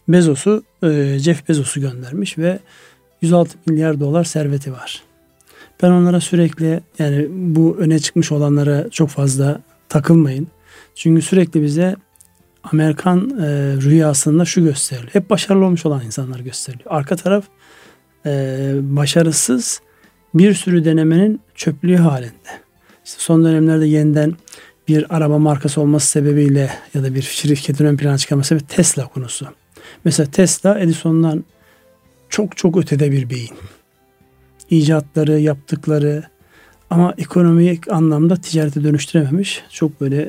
A: Jeff Bezos'u göndermiş ve 106 milyar dolar serveti var. Ben onlara sürekli, yani bu öne çıkmış olanlara çok fazla takılmayın. Çünkü sürekli bize Amerikan rüyasında şu gösteriliyor. Hep başarılı olmuş olan insanlar gösteriliyor. Arka taraf başarısız bir sürü denemenin çöplüğü halinde. İşte son dönemlerde yeniden bir araba markası olması sebebiyle ya da bir şirketin ön plana çıkarması sebebi Tesla konusu. Mesela Tesla Edison'dan çok çok ötede bir beyin. İcatları, yaptıkları ama ekonomik anlamda ticarete dönüştürememiş. Çok böyle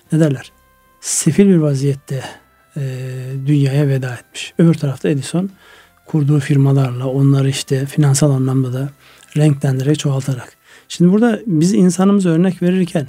A: sefil bir vaziyette dünyaya veda etmiş. Öbür tarafta Edison kurduğu firmalarla onları işte finansal anlamda da renklendirerek, çoğaltarak. Şimdi burada biz insanımıza örnek verirken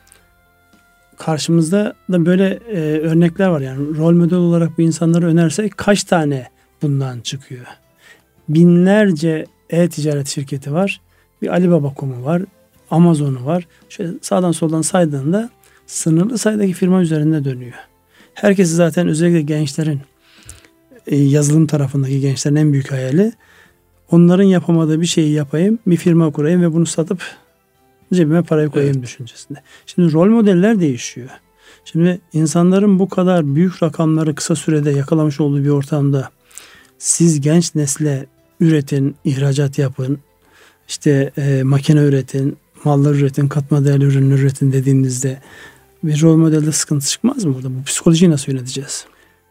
A: karşımızda da böyle örnekler var. Yani rol model olarak bu insanları önersek kaç tane bundan çıkıyor? Binlerce e-ticaret şirketi var. Bir Alibaba.com'u var. Amazon'u var. Şöyle sağdan soldan saydığında sınırlı sayıdaki firma üzerinde dönüyor. Herkesi zaten, özellikle gençlerin, yazılım tarafındaki gençlerin en büyük hayali onların yapamadığı bir şeyi yapayım, bir firma kurayım ve bunu satıp cebime parayı koyayım düşüncesinde. Şimdi rol modeller değişiyor. Şimdi insanların bu kadar büyük rakamları kısa sürede yakalamış olduğu bir ortamda siz genç nesle üretin, ihracat yapın, işte makine üretin, mallar üretin, katma değerli ürünler üretin dediğinizde bir rol modelde sıkıntı çıkmaz mı burada? Bu psikolojiyi nasıl yöneteceğiz?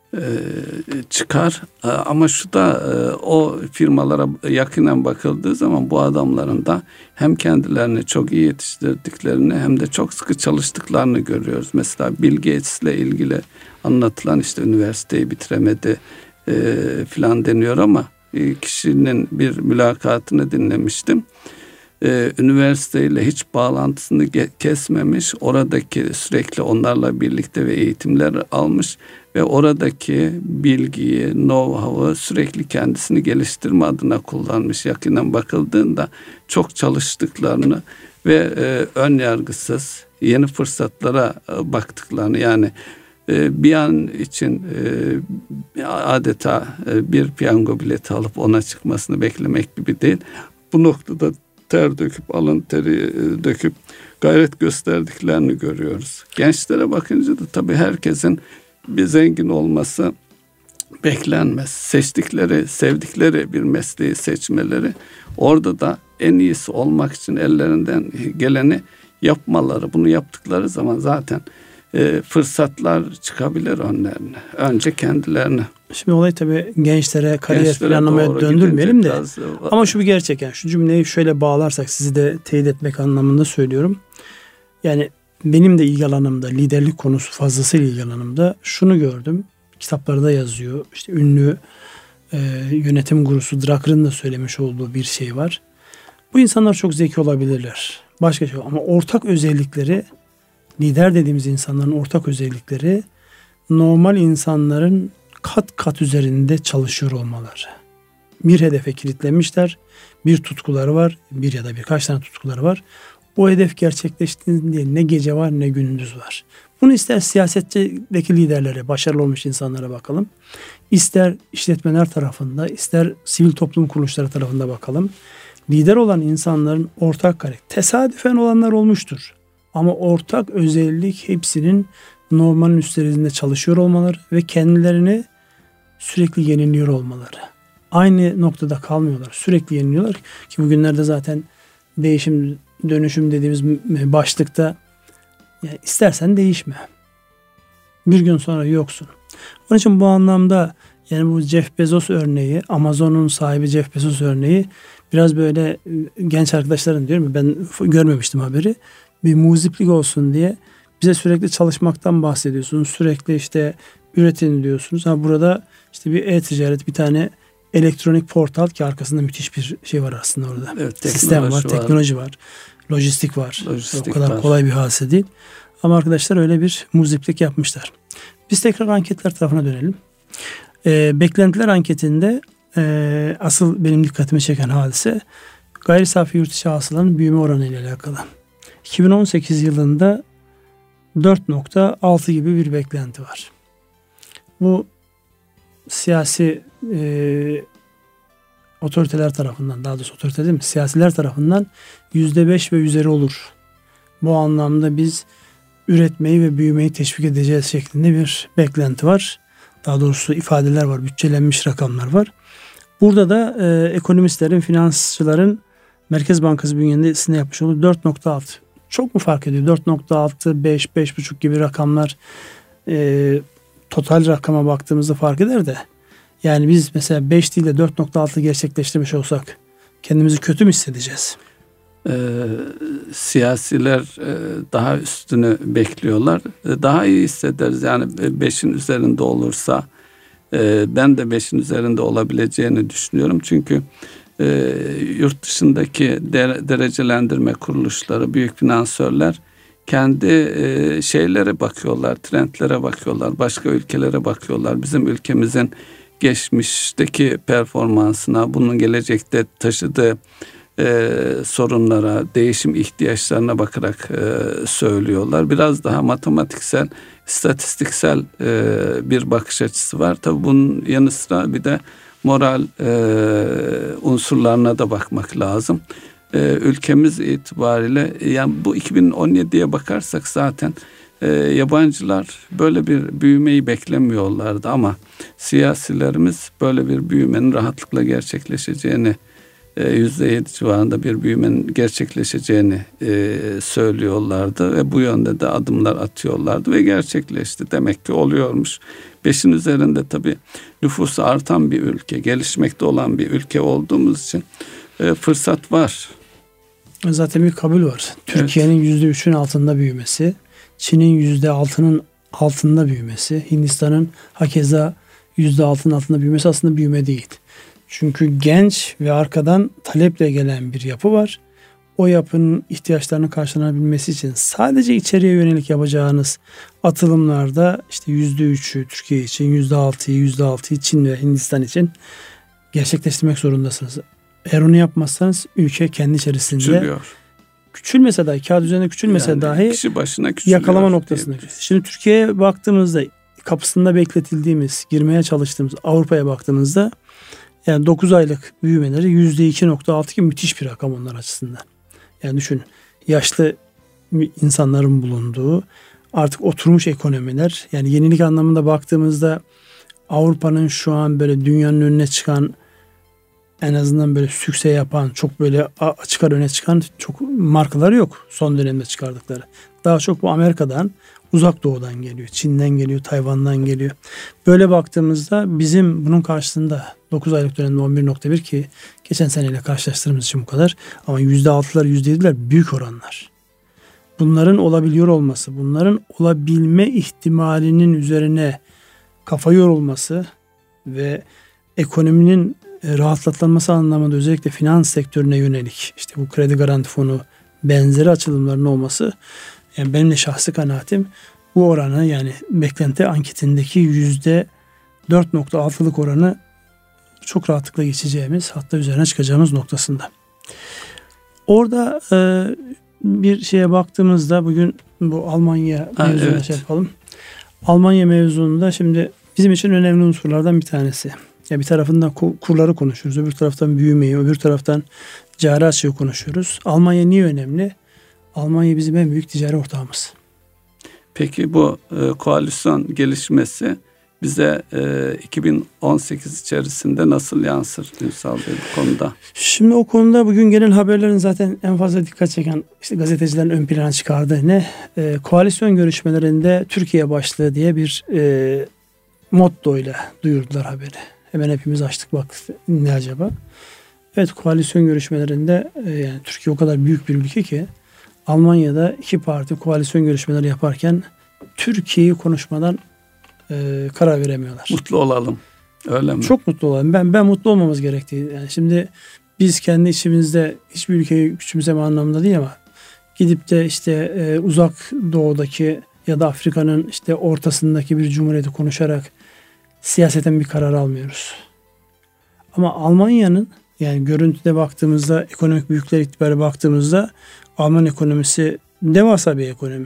B: Çıkar ama şu da o firmalara yakinen bakıldığı zaman bu adamların da hem kendilerini çok iyi yetiştirdiklerini hem de çok sıkı çalıştıklarını görüyoruz. Mesela Bill Gates'le ilgili anlatılan işte üniversiteyi bitiremedi filan deniyor ama kişinin bir mülakatını dinlemiştim. üniversiteyle hiç bağlantısını kesmemiş, oradaki sürekli onlarla birlikte ve eğitimler almış ve oradaki bilgiyi, know-how'ı sürekli kendisini geliştirme adına kullanmış. Yakından bakıldığında çok çalıştıklarını ve ön yargısız yeni fırsatlara baktıklarını, yani bir an için adeta bir piyango bileti alıp ona çıkmasını beklemek gibi değil. Bu noktada ter döküp, alın teri döküp gayret gösterdiklerini görüyoruz. Gençlere bakınca da tabii herkesin bir zengin olması beklenmez. Seçtikleri, sevdikleri bir mesleği seçmeleri, orada da en iyisi olmak için ellerinden geleni yapmaları. Bunu yaptıkları zaman zaten fırsatlar çıkabilir önlerine. Önce kendilerine.
A: Şimdi olay tabii gençlere kariyer planlamaya döndürmeyelim de. Ama şu bir gerçek, yani şu cümleyi şöyle bağlarsak, sizi de teyit etmek anlamında söylüyorum. Yani benim de ilgi alanımda, liderlik konusu fazlasıyla ilgi alanımda şunu gördüm. Kitaplarda yazıyor. İşte ünlü yönetim gurusu Drucker'ın da söylemiş olduğu bir şey var. Bu insanlar çok zeki olabilirler. Başka şey, ama ortak özellikleri, lider dediğimiz insanların ortak özellikleri normal insanların kat kat üzerinde çalışıyor olmaları. Bir hedefe kilitlenmişler, bir tutkuları var, bir ya da birkaç tane tutkuları var. O hedef gerçekleştiğinde ne gece var ne gündüz var. Bunu ister siyasetteki liderlere, başarılı olmuş insanlara bakalım. İster işletmeler tarafında, ister sivil toplum kuruluşları tarafında bakalım. Lider olan insanların ortak karakter, tesadüfen olanlar olmuştur. Ama ortak özellik hepsinin normalin üstlerinde çalışıyor olmaları ve kendilerini sürekli yeniliyor olmaları. Aynı noktada kalmıyorlar. Sürekli yeniliyorlar ki bugünlerde zaten değişim, dönüşüm dediğimiz başlıkta, yani istersen değişme. Bir gün sonra yoksun. Onun için bu anlamda yani bu Jeff Bezos örneği, Amazon'un sahibi Jeff Bezos örneği biraz böyle genç arkadaşların, diyorum ben görmemiştim haberi, bir muziplik olsun diye bize sürekli çalışmaktan bahsediyorsunuz. Sürekli işte üretin diyorsunuz. Ha, burada işte bir e-ticaret, bir tane elektronik portal ki arkasında müthiş bir şey var aslında orada.
B: Evet,
A: sistem var, teknoloji var, lojistik var. O kadar kolay bir hadise değil. Ama arkadaşlar öyle bir muziplik yapmışlar. Biz tekrar anketler tarafına dönelim. Beklentiler anketinde asıl benim dikkatimi çeken hadise gayri safi yurt içi hasılanın büyüme oranı ile alakalı. 2018 yılında 4.6 gibi bir beklenti var. Bu siyasi otoriteler tarafından, daha doğrusu otorite değil mi? Siyasiler tarafından %5 ve üzeri olur. Bu anlamda biz üretmeyi ve büyümeyi teşvik edeceğiz şeklinde bir beklenti var. Daha doğrusu ifadeler var, bütçelenmiş rakamlar var. Burada da ekonomistlerin, finansçıların Merkez Bankası bünyesinde yapmış olduğu 4.6. Çok mu fark ediyor? 4.6, 5, 5.5 gibi rakamlar total rakama baktığımızda fark eder de. Yani biz mesela 5 değil de 4.6 gerçekleştirmiş olsak kendimizi kötü mü hissedeceğiz?
B: Siyasiler daha üstünü bekliyorlar. Daha iyi hissederiz. Yani 5'in üzerinde olursa ben de 5'in üzerinde olabileceğini düşünüyorum. Çünkü yurt dışındaki derecelendirme kuruluşları, büyük finansörler kendi şeylere bakıyorlar, trendlere bakıyorlar, başka ülkelere bakıyorlar. Bizim ülkemizin geçmişteki performansına, bunun gelecekte taşıdığı sorunlara, değişim ihtiyaçlarına bakarak söylüyorlar. Biraz daha matematiksel, istatistiksel bir bakış açısı var. Tabii bunun yanı sıra bir de moral unsurlarına da bakmak lazım. Ülkemiz itibariyle, yani bu 2017'ye bakarsak zaten yabancılar böyle bir büyümeyi beklemiyorlardı ama siyasilerimiz böyle bir büyümenin rahatlıkla gerçekleşeceğini, %7 civarında bir büyümenin gerçekleşeceğini söylüyorlardı ve bu yönde de adımlar atıyorlardı ve gerçekleşti. Demek ki oluyormuş. 5'in üzerinde tabii nüfusu artan bir ülke, gelişmekte olan bir ülke olduğumuz için fırsat var.
A: Zaten bir kabul var. Türkiye'nin %3'ün altında büyümesi, Çin'in %6'nın altında büyümesi, Hindistan'ın hakeza %6'nın altında büyümesi aslında büyüme değil. Çünkü genç ve arkadan taleple gelen bir yapı var. o yapının ihtiyaçlarını karşılanabilmesi için sadece içeriye yönelik yapacağınız atılımlarda işte %3'ü Türkiye için, %6'yı Çin ve Hindistan için gerçekleştirmek zorundasınız. Eğer onu yapmazsanız ülke kendi içerisinde küçülmese dahi, kağıt üzerinde küçülmese yani dahi
B: kişi başına
A: yakalama noktasında. Şimdi Türkiye'ye baktığımızda, kapısında bekletildiğimiz, girmeye çalıştığımız Avrupa'ya baktığımızda yani 9 aylık büyümeleri %2.6 ki müthiş bir rakam onlar açısından. Yani düşün, yaşlı insanların bulunduğu, artık oturmuş ekonomiler, yani yenilik anlamında baktığımızda Avrupa'nın şu an böyle dünyanın önüne çıkan, en azından böyle sükse yapan, çok böyle açık ara öne çıkan çok markaları yok son dönemde çıkardıkları. Daha çok bu Amerika'dan, Uzak Doğu'dan geliyor, Çin'den geliyor, Tayvan'dan geliyor. Böyle baktığımızda bizim bunun karşısında 9 aylık dönemde 11.1 ki geçen seneyle karşılaştırdığımız için bu kadar. Ama %6'lar, %7'ler büyük oranlar. Bunların olabiliyor olması, bunların olabilme ihtimalinin üzerine kafa yorulması ve ekonominin rahatlatılması anlamında özellikle finans sektörüne yönelik işte bu kredi garanti fonu benzeri açılımların olması, yani benim de şahsi kanaatim bu oranı, yani beklenti anketindeki %4.6'lık oranı çok rahatlıkla geçeceğimiz, hatta üzerine çıkacağımız noktasında. Orada bir şeye baktığımızda bugün bu Almanya mevzuna şey yapalım. Almanya mevzunda şimdi bizim için önemli unsurlardan bir tanesi. Ya bir tarafından kurları konuşuyoruz, öbür taraftan büyümeyi, öbür taraftan cari açığı konuşuyoruz. Almanya niye önemli? Almanya bizim en büyük ticari ortağımız.
B: Peki bu koalisyon gelişmesi bize 2018 içerisinde nasıl yansır Ünsal Bey bu konuda?
A: Şimdi o konuda bugün gelen haberlerin zaten en fazla dikkat çeken, işte gazetecilerin ön plana çıkardığı ne? Koalisyon görüşmelerinde Türkiye başlığı diye bir mottoyla duyurdular haberi. Hemen hepimiz açtık, baktık ne acaba? Evet, koalisyon görüşmelerinde yani Türkiye o kadar büyük bir ülke ki Almanya'da iki parti koalisyon görüşmeleri yaparken Türkiye'yi konuşmadan karar veremiyorlar.
B: Mutlu olalım. Öyle mi?
A: Çok mutlu olalım. Ben mutlu olmamız gerektiği. Yani şimdi biz kendi içimizde hiçbir ülkeyi küçümseme anlamında değil ama gidip de işte uzak doğudaki ya da Afrika'nın işte ortasındaki bir cumhuriyeti konuşarak siyaseten bir karar almıyoruz. Ama Almanya'nın, yani görüntüde baktığımızda, ekonomik büyükler itibariyle baktığımızda Alman ekonomisi devasa bir ekonomi.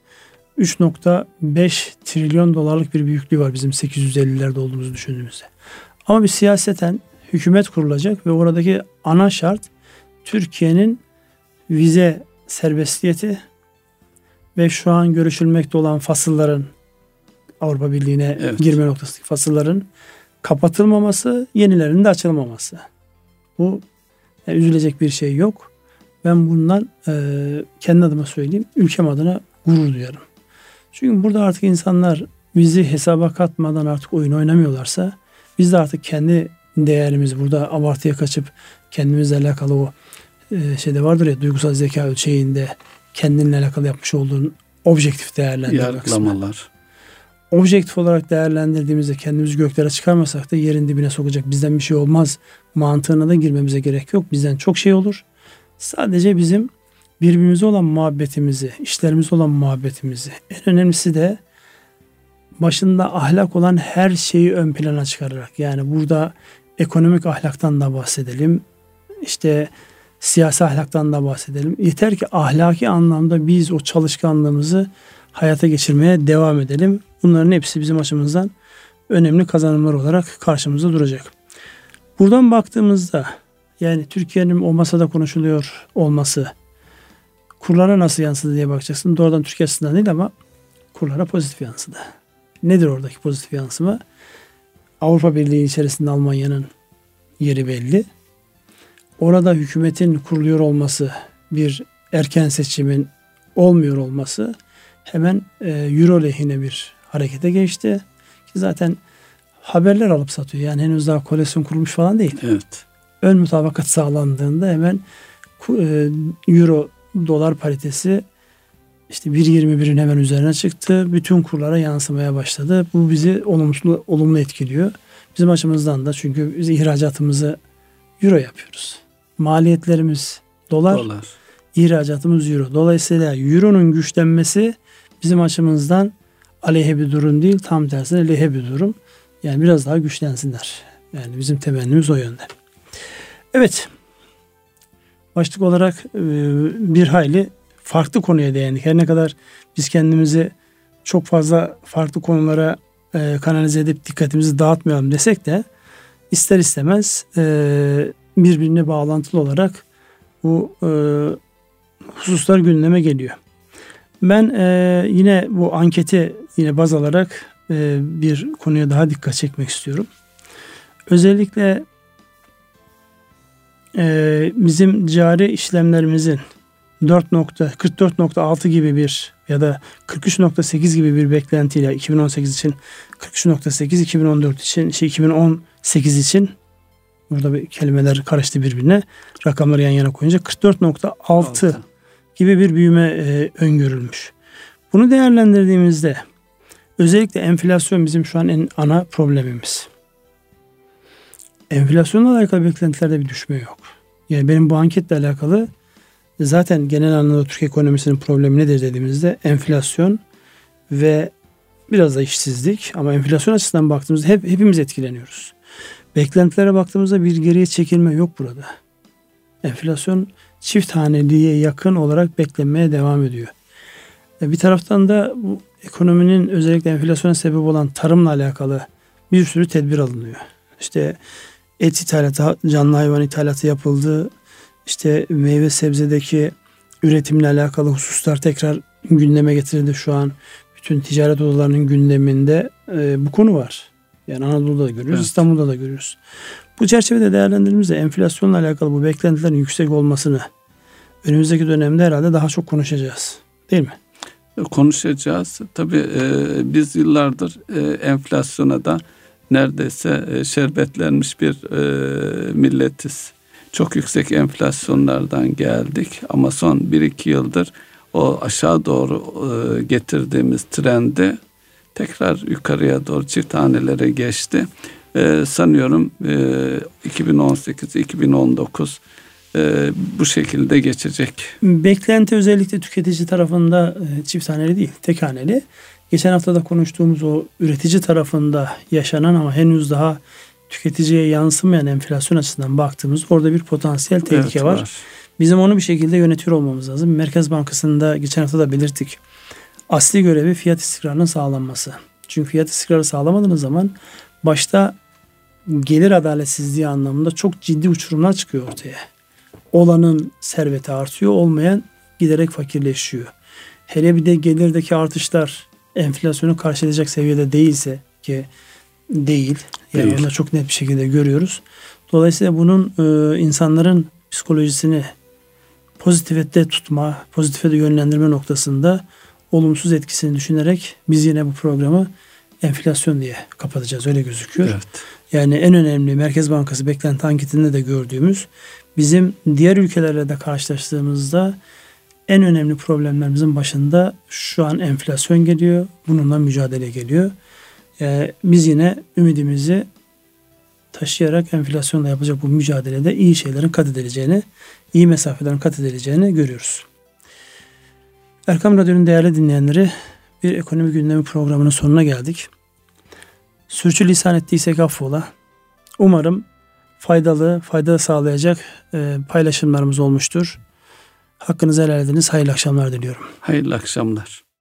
A: 3.5 trilyon dolarlık bir büyüklüğü var bizim 850'lerde olduğumuzu düşündüğümüzde. Ama bir siyaseten hükümet kurulacak ve oradaki ana şart Türkiye'nin vize serbestiyeti ve şu an görüşülmekte olan fasılların, Avrupa Birliği'ne girme noktasındaki fasılların kapatılmaması, yenilerinin de açılmaması. Bu yani üzülecek bir şey yok. Ben bundan kendi adıma söyleyeyim, ülkem adına gurur duyarım. Çünkü burada artık insanlar bizi hesaba katmadan artık oyun oynamıyorlarsa, biz de artık kendi değerimizi, burada abartıya kaçıp kendimizle alakalı o şeyde vardır ya, duygusal zeka ölçeğinde kendinle alakalı yapmış olduğun objektif değerlendirme
B: yargılamalar.
A: Objektif olarak değerlendirdiğimizde kendimizi göklere çıkarmasak da yerin dibine sokacak, bizden bir şey olmaz mantığına da girmemize gerek yok. Bizden çok şey olur. Sadece bizim birbirimize olan muhabbetimizi, işlerimize olan muhabbetimizi, en önemlisi de başında ahlak olan her şeyi ön plana çıkararak, yani burada ekonomik ahlaktan da bahsedelim, işte siyasi ahlaktan da bahsedelim. Yeter ki ahlaki anlamda biz o çalışkanlığımızı hayata geçirmeye devam edelim. Bunların hepsi bizim açımızdan önemli kazanımlar olarak karşımızda duracak. Buradan baktığımızda, yani Türkiye'nin o masada konuşuluyor olması kurlara nasıl yansıdı diye bakacaksın. Doğrudan Türkiye açısından değil ama kurlara pozitif yansıdı. Nedir oradaki pozitif yansıma? Avrupa Birliği içerisinde Almanya'nın yeri belli. Orada hükümetin kuruluyor olması, bir erken seçimin olmuyor olması hemen Euro lehine bir harekete geçti. Ki zaten haberler alıp satıyor. Yani henüz daha koalisyon kurulmuş falan değil.
B: Evet.
A: Ön mutabakat sağlandığında hemen Euro dolar paritesi işte 1.21'in hemen üzerine çıktı. Bütün kurlara yansımaya başladı. Bu bizi olumlu etkiliyor. Bizim açımızdan da, çünkü biz ihracatımızı euro yapıyoruz. Maliyetlerimiz dolar. İhracatımız euro. Dolayısıyla euronun güçlenmesi bizim açımızdan aleyhe bir durum değil, tam tersine lehhe bir durum. Yani biraz daha güçlensinler. Yani bizim temennimiz o yönde. Evet. Başlık olarak bir hayli farklı konuya değindik. Her ne kadar biz kendimizi çok fazla farklı konulara kanalize edip dikkatimizi dağıtmayalım desek de ister istemez birbirine bağlantılı olarak bu hususlar gündeme geliyor. Ben yine bu anketi yine baz alarak bir konuya daha dikkat çekmek istiyorum. Özellikle bizim cari işlemlerimizin 44.6 gibi bir ya da 43.8 gibi bir beklentiyle 2018 için 43.8, 2014 için 2018 için burada bir kelimeler karıştı birbirine, rakamları yan yana koyunca 44.6 gibi bir büyüme öngörülmüş. Bunu değerlendirdiğimizde özellikle enflasyon bizim şu an en ana problemimiz. Enflasyonla alakalı beklentilerde bir düşme yok. Yani benim bu anketle alakalı zaten genel anlamda Türkiye ekonomisinin problemi nedir dediğimizde enflasyon ve biraz da işsizlik, ama enflasyon açısından baktığımızda hepimiz etkileniyoruz. Beklentilere baktığımızda bir geriye çekilme yok burada. Enflasyon çift haneliğe yakın olarak beklenmeye devam ediyor. Bir taraftan da bu ekonominin özellikle enflasyona sebep olan tarımla alakalı bir sürü tedbir alınıyor. İşte et ithalatı, canlı hayvan ithalatı yapıldı. İşte meyve sebzedeki üretimle alakalı hususlar tekrar gündeme getirildi şu an. Bütün ticaret odalarının gündeminde bu konu var. Yani Anadolu'da da görüyoruz, evet. İstanbul'da da görüyoruz. Bu çerçevede değerlendirdiğimizde enflasyonla alakalı bu beklentilerin yüksek olmasını önümüzdeki dönemde herhalde daha çok konuşacağız. Değil mi?
B: Konuşacağız. Tabii biz yıllardır enflasyona da neredeyse şerbetlenmiş bir milletiz. Çok yüksek enflasyonlardan geldik ama son 1-2 yıldır o aşağı doğru getirdiğimiz trendi tekrar yukarıya doğru çift hanelere geçti. Sanıyorum 2018-2019 bu şekilde geçecek.
A: Beklenti özellikle tüketici tarafında çift haneli değil, tek haneli. Geçen hafta da konuştuğumuz o üretici tarafında yaşanan ama henüz daha tüketiciye yansımayan enflasyon açısından baktığımız orada bir potansiyel tehlike evet, var. Bizim onu bir şekilde yönetiyor olmamız lazım. Merkez Bankası'nda geçen hafta da belirttik. Asli görevi fiyat istikrarının sağlanması. Çünkü fiyat istikrarı sağlamadığınız zaman başta gelir adaletsizliği anlamında çok ciddi uçurumlar çıkıyor ortaya. Olanın serveti artıyor, olmayan giderek fakirleşiyor. Hele bir de gelirdeki artışlar enflasyonu karşılayacak seviyede değilse ki değil. Yani onu çok net bir şekilde görüyoruz. Dolayısıyla bunun insanların psikolojisini pozitife tutma, pozitife de yönlendirme noktasında olumsuz etkisini düşünerek biz yine bu programı enflasyon diye kapatacağız. Öyle gözüküyor. Evet. Yani en önemli Merkez Bankası beklenti anketinde de gördüğümüz, bizim diğer ülkelerle de karşılaştığımızda en önemli problemlerimizin başında şu an enflasyon geliyor. Bununla mücadele geliyor. Biz yine ümidimizi taşıyarak enflasyonla yapacak bu mücadelede iyi şeylerin kat edileceğini, iyi mesafelerin kat edileceğini görüyoruz. Erkam Radyo'nun değerli dinleyenleri, bir ekonomi gündemi programının sonuna geldik. Sürçülisan ettiysek affola. Umarım fayda sağlayacak paylaşımlarımız olmuştur. Hakkınızı helal ediniz. Hayırlı akşamlar diliyorum.
B: Hayırlı akşamlar.